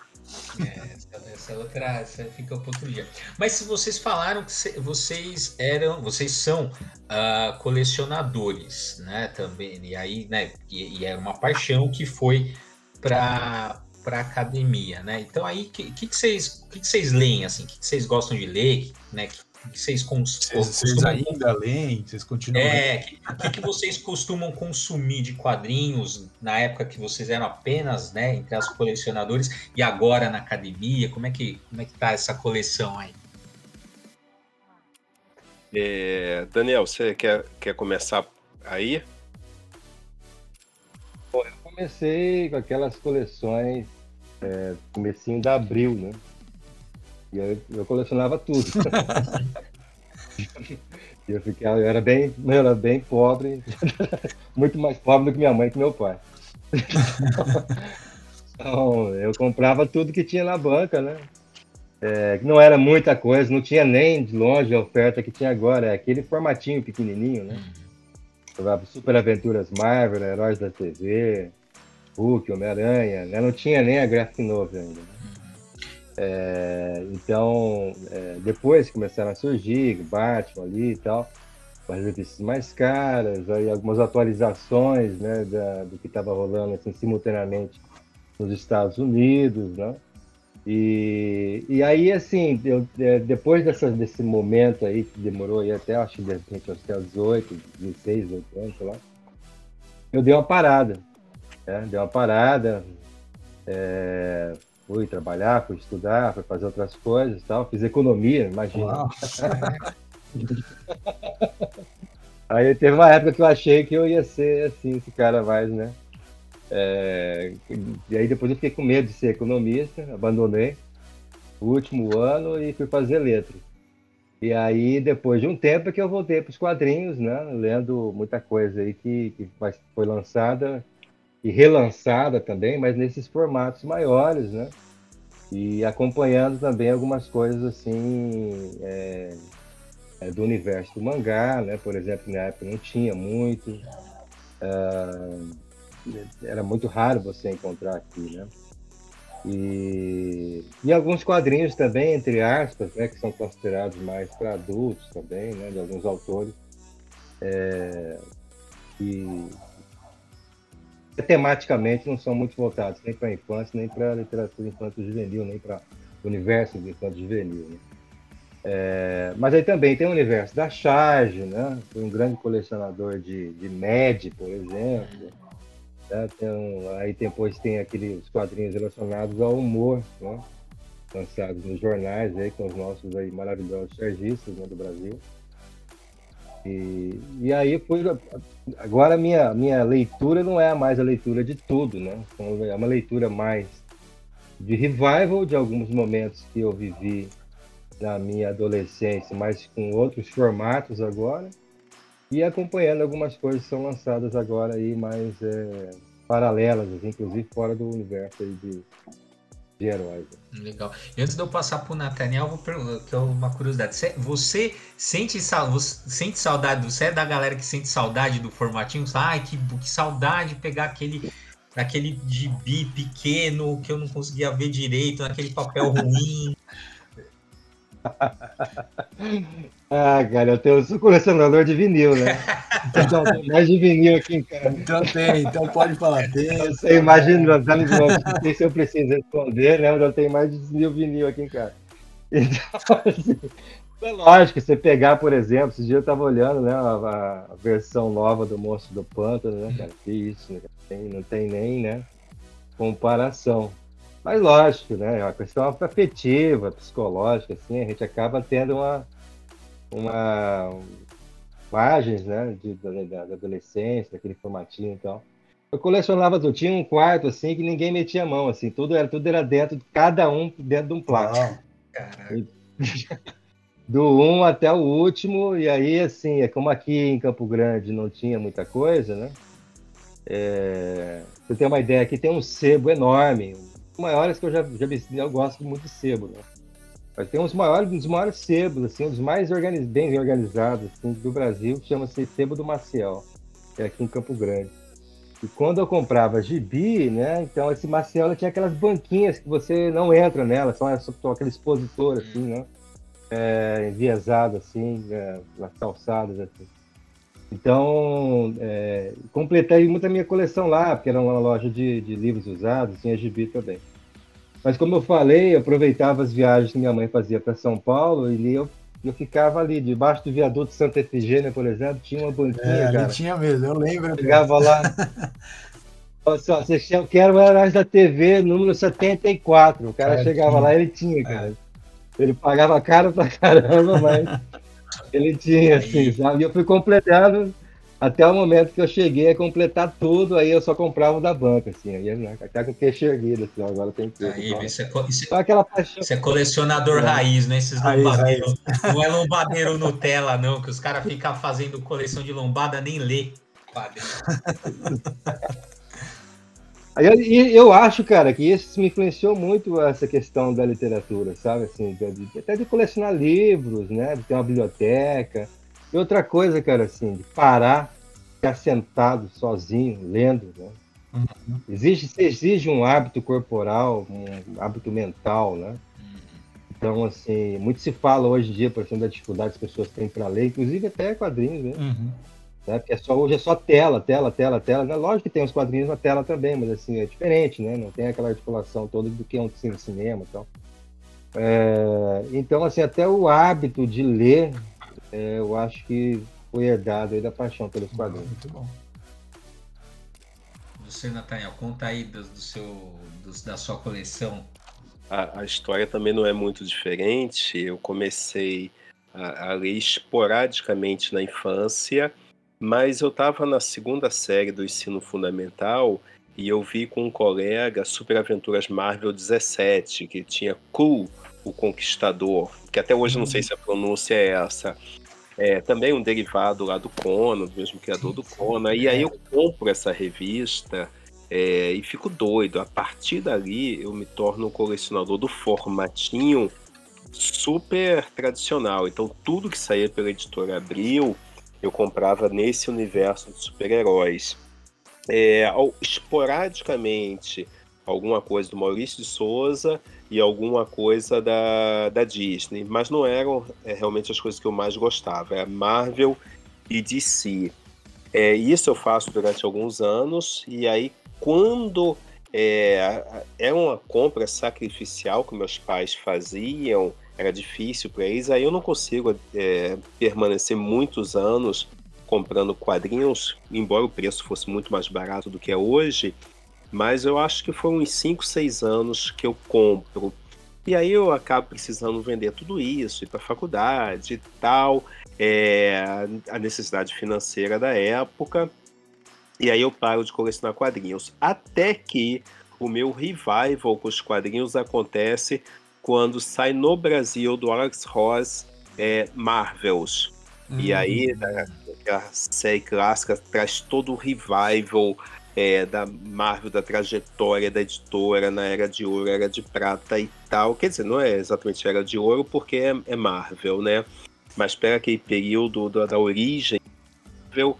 [SPEAKER 1] Essa fica para outro dia. Mas se vocês falaram que vocês são colecionadores, né? Também, e aí, né? E era uma paixão que foi para academia, né? Então aí, o que vocês leem, assim? O que vocês gostam de ler, né? Que vocês
[SPEAKER 2] Vocês ainda leem? Vocês continuam lendo?
[SPEAKER 1] O que vocês costumam consumir de quadrinhos na época que vocês eram apenas, né, entre os colecionadores, e agora na academia? Como é que tá essa coleção aí?
[SPEAKER 3] Daniel, você quer começar aí?
[SPEAKER 4] Bom, eu comecei com aquelas coleções comecinho da Abril, né? E eu colecionava tudo. Eu era bem pobre, muito mais pobre do que minha mãe e que meu pai. Então, eu comprava tudo que tinha na banca, né? Não era muita coisa, não tinha nem de longe a oferta que tinha agora, é aquele formatinho pequenininho, né? Super Aventuras Marvel, Heróis da TV, Hulk, Homem-Aranha, né? Não tinha nem a graphic novel ainda, né? Então, depois começaram a surgir Batman ali e tal, as revistas mais caras, aí algumas atualizações, né, do que estava rolando assim, simultaneamente nos Estados Unidos, né? E aí, assim, depois desse momento aí, que demorou aí até, acho que até os 18, 16, 18 anos, sei lá, eu dei uma parada, né? Dei uma parada, Fui trabalhar, fui estudar, fui fazer outras coisas e tal. Fiz economia, imagina.
[SPEAKER 2] Uau.
[SPEAKER 4] Aí teve uma época que eu achei que eu ia ser assim, esse cara mais, né? E aí depois eu fiquei com medo de ser economista, abandonei o último ano e fui fazer letras. E aí, depois de um tempo, é que eu voltei para os quadrinhos, né? Lendo muita coisa aí que foi lançada e relançada também, mas nesses formatos maiores, né? E acompanhando também algumas coisas assim do universo do mangá, né? Por exemplo, na época não tinha muito, era muito raro você encontrar aqui, né? E alguns quadrinhos também, entre aspas, né, que são considerados mais para adultos também, né, de alguns autores, que tematicamente não são muito voltados nem para a infância, nem para a literatura infanto-juvenil, nem para o universo do infanto-juvenil. Né? Mas aí também tem o universo da Charge, né? Foi um grande colecionador de Mad, por exemplo. Aí depois tem aqueles quadrinhos relacionados ao humor, né? Lançados nos jornais aí, com os nossos aí maravilhosos chargistas, né, do Brasil. E aí fui. Agora minha leitura não é mais a leitura de tudo, né? Então, é uma leitura mais de revival de alguns momentos que eu vivi na minha adolescência, mas com outros formatos agora. E acompanhando algumas coisas que são lançadas agora aí, mais paralelas, inclusive fora do universo aí de heróis.
[SPEAKER 1] Legal. E antes de eu passar para o Nathaniel, vou perguntar, que é uma curiosidade. Você sente saudade? Você é da galera que sente saudade do formatinho? Ai, que saudade de pegar aquele gibi pequeno que eu não conseguia ver direito, naquele papel ruim.
[SPEAKER 4] Cara, eu sou colecionador de vinil, né? Então, tem mais de vinil aqui em casa.
[SPEAKER 2] Então pode falar.
[SPEAKER 4] Você imagina, não sei se eu preciso responder, né? Mas eu tenho mais de 1000 vinil aqui em casa. Então, assim, é lógico, você pegar, por exemplo, esse dia eu estava olhando, né, a versão nova do Monstro do Pântano, né, cara? Que isso, né? Não tem nem, né, comparação. Mas lógico, né? É uma questão afetiva, psicológica, assim, a gente acaba tendo uma imagens, né, da adolescência, daquele formatinho e tal. Eu colecionava tudo, tinha um quarto assim que ninguém metia a mão, assim, tudo era dentro, cada um dentro de um plástico. Do 1 até o último, e aí assim, como aqui em Campo Grande não tinha muita coisa, né? Você tem uma ideia, aqui tem um sebo enorme, os maiores que eu já vi, eu gosto muito de sebo, né? Mas tem um dos maiores sebos, assim, um dos mais bem organizados assim, do Brasil, que chama-se Sebo do Maciel, que é aqui em Campo Grande. E quando eu comprava gibi, né, então esse Maciel tinha aquelas banquinhas que você não entra nela, só aquele expositor, assim, né, enviesado, assim, nas calçadas, assim. Então, completei muito a minha coleção lá, porque era uma loja de livros usados, tinha gibi também. Mas como eu falei, eu aproveitava as viagens que minha mãe fazia para São Paulo e eu ficava ali, debaixo do viaduto Santa Efigênia, por exemplo, tinha uma banquinha, cara.
[SPEAKER 2] Ali tinha mesmo, eu lembro.
[SPEAKER 4] Chegava lá, só, eu quero o Heróis da TV, número 74. O cara chegava lá, ele tinha, cara. Ele pagava caro pra caramba, mas ele tinha, assim, sabe? E eu fui completando até o momento que eu cheguei a completar tudo, aí eu só comprava o da banca, assim, aí, né, até com o queixo erguido, assim, agora tem que ter.
[SPEAKER 1] Só aquela paixão. Você é colecionador raiz, né? Esses lombadeiros. Não é lombadeiro Nutella, não, que os caras ficam fazendo coleção de lombada, nem lê.
[SPEAKER 4] Eu acho, cara, que isso me influenciou muito essa questão da literatura, sabe? Assim, até de colecionar livros, né? De ter uma biblioteca. E outra coisa, cara, assim, de parar, ficar sentado sozinho, lendo, né? Uhum. Exige um hábito corporal, um hábito mental, né? Então, assim, muito se fala hoje em dia, por exemplo, da dificuldade que as pessoas têm para ler, inclusive até quadrinhos, né? Uhum. Né? Porque hoje é só tela. Lógico que tem os quadrinhos na tela também, mas assim, é diferente, né? Não tem aquela articulação toda do que é um cinema e tal. Então, assim, até o hábito de ler, eu acho que foi herdado aí da paixão pelos quadrinhos.
[SPEAKER 1] Muito bom. você, Nathaniel, conta aí da sua coleção.
[SPEAKER 3] A história também não é muito diferente. Eu comecei a ler esporadicamente na infância, mas eu estava na segunda série do ensino fundamental e eu vi com um colega Super Aventuras Marvel 17, que tinha Cool, o Conquistador, que até hoje eu não sei se a pronúncia é essa. É também um derivado lá do Conan, do mesmo criador do Conan. E aí eu compro essa revista e fico doido. A partir dali eu me torno um colecionador do formatinho super tradicional. Então tudo que saía pela editora Abril eu comprava nesse universo de super-heróis. Esporadicamente alguma coisa do Maurício de Souza e alguma coisa da Disney, mas não eram realmente as coisas que eu mais gostava, era Marvel e DC. Isso eu faço durante alguns anos, e aí quando é uma compra sacrificial que meus pais faziam, era difícil para eles, aí eu não consigo permanecer muitos anos comprando quadrinhos, embora o preço fosse muito mais barato do que é hoje, mas eu acho que foram uns 5, 6 anos que eu compro. E aí eu acabo precisando vender tudo isso, ir para a faculdade e tal, a necessidade financeira da época, e aí eu paro de colecionar quadrinhos. Até que o meu revival com os quadrinhos acontece quando sai no Brasil do Alex Ross Marvels. E aí a série clássica traz todo o revival da Marvel, da trajetória da editora na Era de Ouro, Era de Prata e tal. Quer dizer, não é exatamente Era de Ouro porque é Marvel, né? Mas pega aquele período da origem Marvel,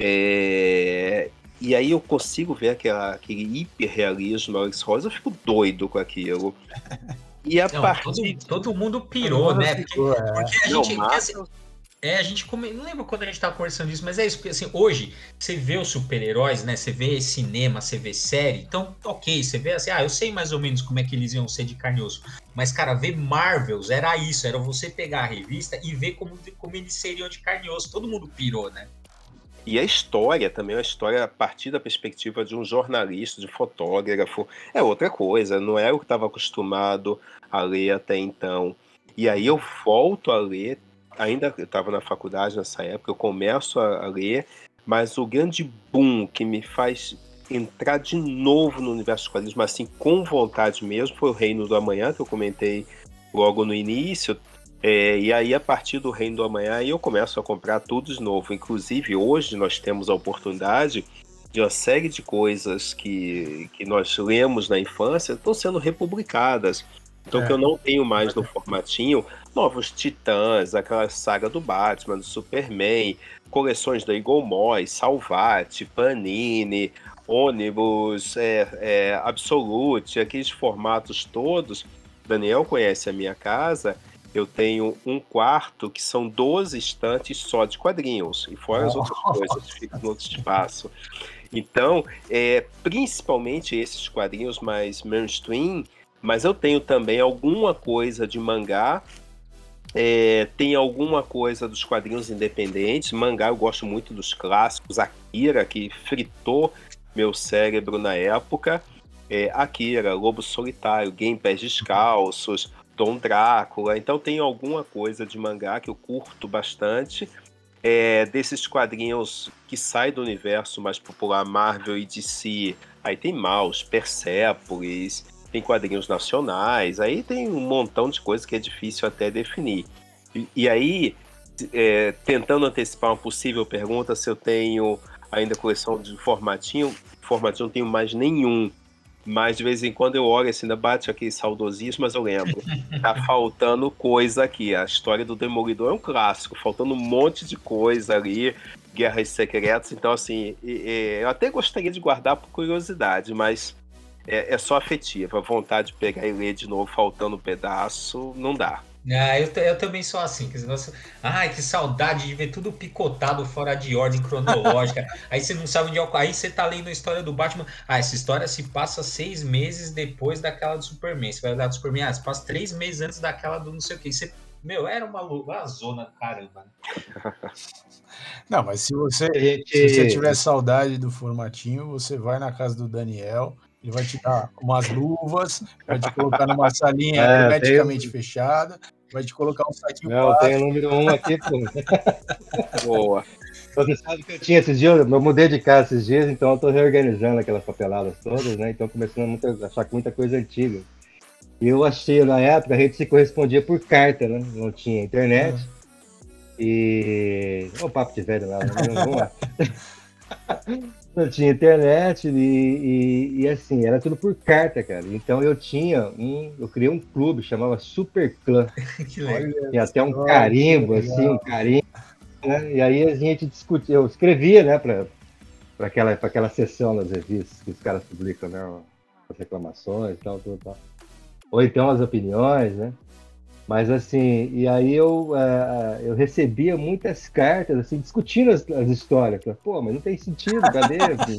[SPEAKER 3] e aí eu consigo ver aquele hiperrealismo do Alex Ross, eu fico doido com aquilo. E
[SPEAKER 1] todo mundo pirou, né? Porque a gente... a gente não lembro quando a gente tava conversando isso, mas é isso, porque assim, hoje você vê os super-heróis, né? Você vê cinema, você vê série, então ok, você vê assim, eu sei mais ou menos como é que eles iam ser de carne e osso. Mas, cara, ver Marvels era isso, era você pegar a revista e ver como eles seriam de carne e osso. Todo mundo pirou, né?
[SPEAKER 3] E a história também, a história a partir da perspectiva de um jornalista, de fotógrafo, é outra coisa, não é o que estava acostumado a ler até então. E aí eu volto a ler, ainda eu estava na faculdade nessa época, eu começo a ler, mas o grande boom que me faz entrar de novo no universo dos quadrinhos, mas assim, com vontade mesmo, foi o Reino do Amanhã, que eu comentei logo no início. E aí, a partir do Reino do Amanhã, eu começo a comprar tudo de novo. Inclusive, hoje nós temos a oportunidade de uma série de coisas que nós lemos na infância estão sendo republicadas. Então, que eu não tenho mais no formatinho, Novos Titãs, aquela saga do Batman, do Superman, coleções da Eagle Moss, Salvati, Panini, Ônibus, Absolute, aqueles formatos todos. Daniel conhece a minha casa. Eu tenho um quarto que são 12 estantes só de quadrinhos, e fora as outras coisas que ficam no outro espaço. Então, principalmente esses quadrinhos mais mainstream, mas eu tenho também alguma coisa de mangá, tem alguma coisa dos quadrinhos independentes. Mangá eu gosto muito dos clássicos, Akira, que fritou meu cérebro na época, Akira, Lobo Solitário, Game Pés Descalços, Dom Drácula. Então tem alguma coisa de mangá que eu curto bastante, desses quadrinhos que saem do universo mais popular Marvel e DC. Aí tem Maus, Persepolis, tem quadrinhos nacionais, aí tem um montão de coisas que é difícil até definir. E aí, tentando antecipar uma possível pergunta, se eu tenho ainda coleção de formatinho não tenho mais nenhum. Mas de vez em quando eu olho assim, ainda bate aquele saudosismo, mas eu lembro, tá faltando coisa aqui. A história do Demolidor é um clássico, faltando um monte de coisa ali, Guerras Secretas. Então assim, eu até gostaria de guardar por curiosidade, mas é só afetiva. A vontade de pegar e ler de novo, faltando um pedaço, não dá.
[SPEAKER 1] Eu também sou assim, que negócio... Ai, que saudade de ver tudo picotado fora de ordem cronológica. Aí você não sabe onde é. Aí você tá lendo a história do Batman. Essa história se passa 6 meses depois daquela do Superman. Você vai olhar do Superman, se passa 3 meses antes daquela do não sei o que. Você Meu, era uma zona do caramba, né?
[SPEAKER 2] Não, mas se você tiver saudade do formatinho, você vai na casa do Daniel, ele vai te dar umas luvas, vai te colocar numa salinha hermeticamente fechada, vai te colocar um saquinho
[SPEAKER 4] Não, tem o número 1 aqui, pô.
[SPEAKER 3] Boa.
[SPEAKER 4] Você sabe que eu tinha esses dias, eu mudei de casa esses dias, então eu tô reorganizando aquelas papeladas todas, né? Então começando a achar muita coisa antiga. E eu achei, na época, a gente se correspondia por carta, né? Não tinha internet. E... Ô, papo de velho lá, né? Vamos lá. Não tinha internet e assim, era tudo por carta, cara. Então eu criei um clube, chamava Super Clã.
[SPEAKER 1] Que legal.
[SPEAKER 4] Tinha até um carimbo, assim, um carimbo, né? E aí a gente discutia, eu escrevia, né, para aquela sessão das revistas que os caras publicam, né? As reclamações e tal. Ou então as opiniões, né? Mas assim, e aí eu recebia muitas cartas, assim, discutindo as histórias. Pô, mas não tem sentido, cadê?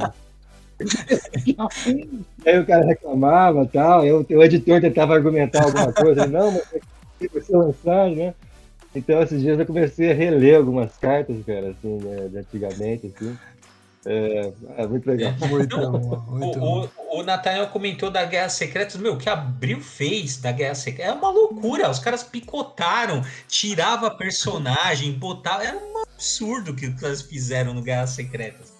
[SPEAKER 4] Aí o cara reclamava e tal, o editor tentava argumentar alguma coisa, não, mas vai ser lançado, né? Então esses dias eu comecei a reler algumas cartas, cara, assim, de antigamente, assim. Muito legal.
[SPEAKER 1] O Nathaniel comentou da Guerra Secretas. Meu, o que a Abril fez da Guerra Secreta é uma loucura. Os caras picotaram, tirava personagem, botava. Era um absurdo que eles fizeram no Guerra Secretas.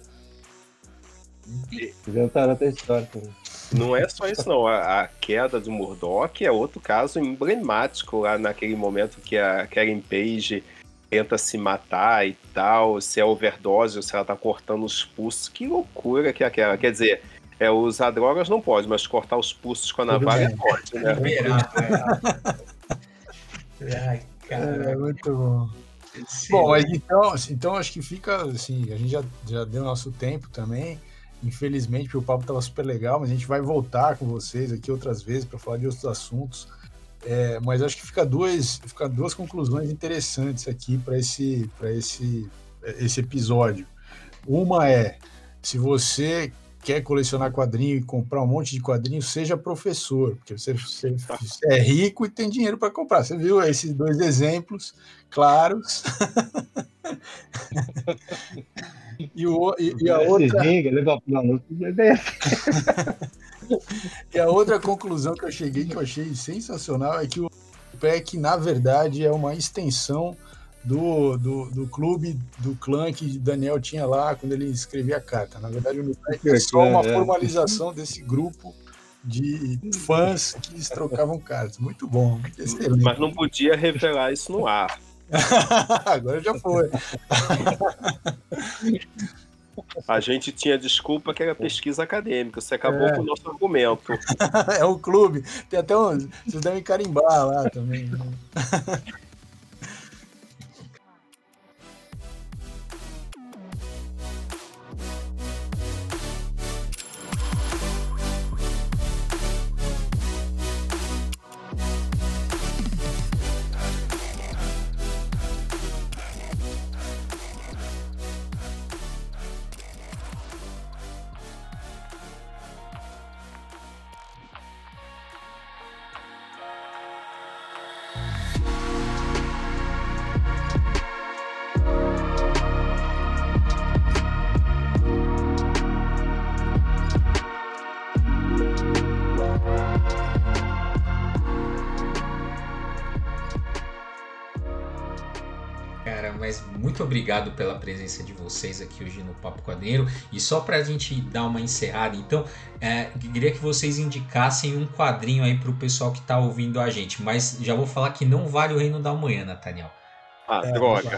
[SPEAKER 4] Inventaram até história.
[SPEAKER 3] Não é só isso, não. A queda do Murdoch é outro caso emblemático lá naquele momento que a Karen Page tenta se matar e tal, se é overdose ou se ela tá cortando os pulsos. Que loucura que é aquela. Quer dizer, usar drogas não pode, mas cortar os pulsos com a navalha pode, né?
[SPEAKER 1] Ai, cara.
[SPEAKER 2] É muito bom. Bom, mas então acho que fica assim, a gente já deu nosso tempo também. Infelizmente, porque o papo estava super legal, mas a gente vai voltar com vocês aqui outras vezes para falar de outros assuntos. Mas acho que fica duas conclusões interessantes aqui para esse episódio. Uma é, se você quer colecionar quadrinho e comprar um monte de quadrinho, seja professor, porque você é rico e tem dinheiro para comprar. Você viu esses dois exemplos claros. E a outra... E a outra conclusão que eu cheguei, que eu achei sensacional, é que o PEC, na verdade, é uma extensão do clube, do clã que Daniel tinha lá quando ele escrevia a carta. Na verdade, o PEC é só uma formalização desse grupo de fãs que eles trocavam cartas. Muito bom, excelente.
[SPEAKER 3] Mas não podia revelar isso no ar.
[SPEAKER 2] Agora já foi.
[SPEAKER 3] A gente tinha desculpa que era pesquisa acadêmica. Você acabou com o nosso argumento.
[SPEAKER 2] É o clube. Tem até vocês devem carimbar lá também. Né?
[SPEAKER 1] Mas muito obrigado pela presença de vocês aqui hoje no Papo Quadrinheiro. E só para a gente dar uma encerrada, então, queria que vocês indicassem um quadrinho aí para o pessoal que está ouvindo a gente. Mas já vou falar que não vale o Reino da Manhã, Nathaniel.
[SPEAKER 3] Droga.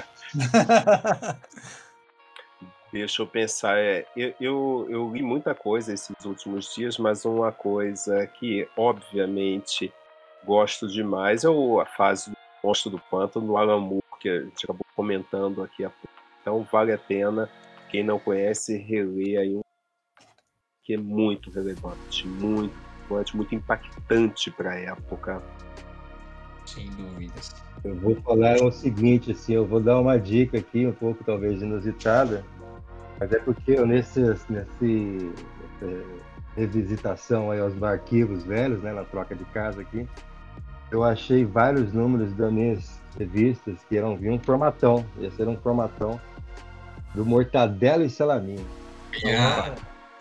[SPEAKER 3] Deixa eu pensar. Eu li muita coisa esses últimos dias, mas uma coisa que, obviamente, gosto demais é a fase do Monstro do Pântano, do Alan Moore, que a gente acabou comentando aqui há pouco. Então vale a pena, quem não conhece, reler aí que é muito relevante, muito impactante para a época.
[SPEAKER 1] Sem dúvidas.
[SPEAKER 4] Eu vou falar o seguinte, assim, eu vou dar uma dica aqui, um pouco talvez inusitada, mas é porque eu nessa revisitação aí aos arquivos velhos, né, na troca de casa aqui, eu achei vários números das minhas revistas que iam vir um formatão. Ia ser um formatão do Mortadela e Salaminho.
[SPEAKER 1] Ah,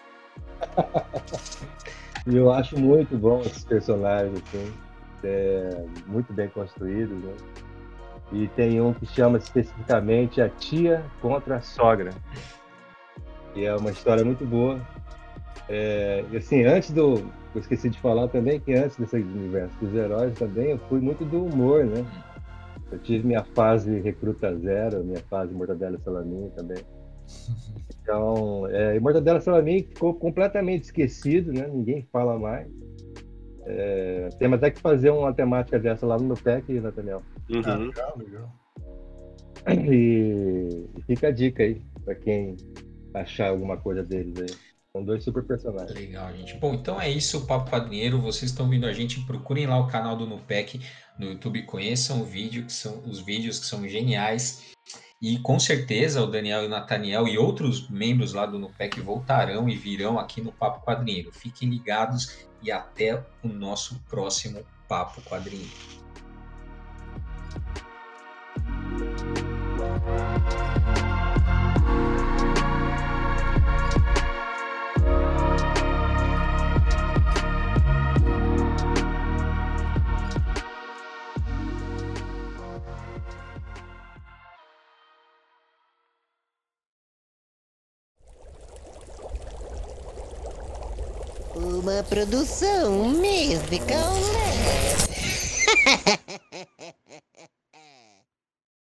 [SPEAKER 4] E eu acho muito bom esses personagens, assim, muito bem construídos, né? E tem um que chama especificamente A Tia contra a Sogra. E é uma história muito boa. E assim, eu esqueci de falar também que antes desse universo dos heróis também, eu fui muito do humor, né? Eu tive minha fase Recruta Zero, minha fase Mortadela e Salaminho também. Então, e Mortadela e Salaminho ficou completamente esquecido, né? Ninguém fala mais. Temos até que fazer uma temática dessa lá no NUPEC, Nathaniel.
[SPEAKER 3] Uhum.
[SPEAKER 2] Legal.
[SPEAKER 4] E fica a dica aí, para quem achar alguma coisa deles aí. São 2 super personagens.
[SPEAKER 1] legal, gente. Bom, então é isso, o Papo Quadrinheiro. Vocês estão vendo a gente, procurem lá o canal do Nupec no YouTube, conheçam o vídeo, que são os vídeos que são geniais. E com certeza o Daniel e o Nathaniel e outros membros lá do Nupec voltarão e virão aqui no Papo Quadrinheiro. Fiquem ligados e até o nosso próximo Papo Quadrinheiro.
[SPEAKER 5] Uma produção musical.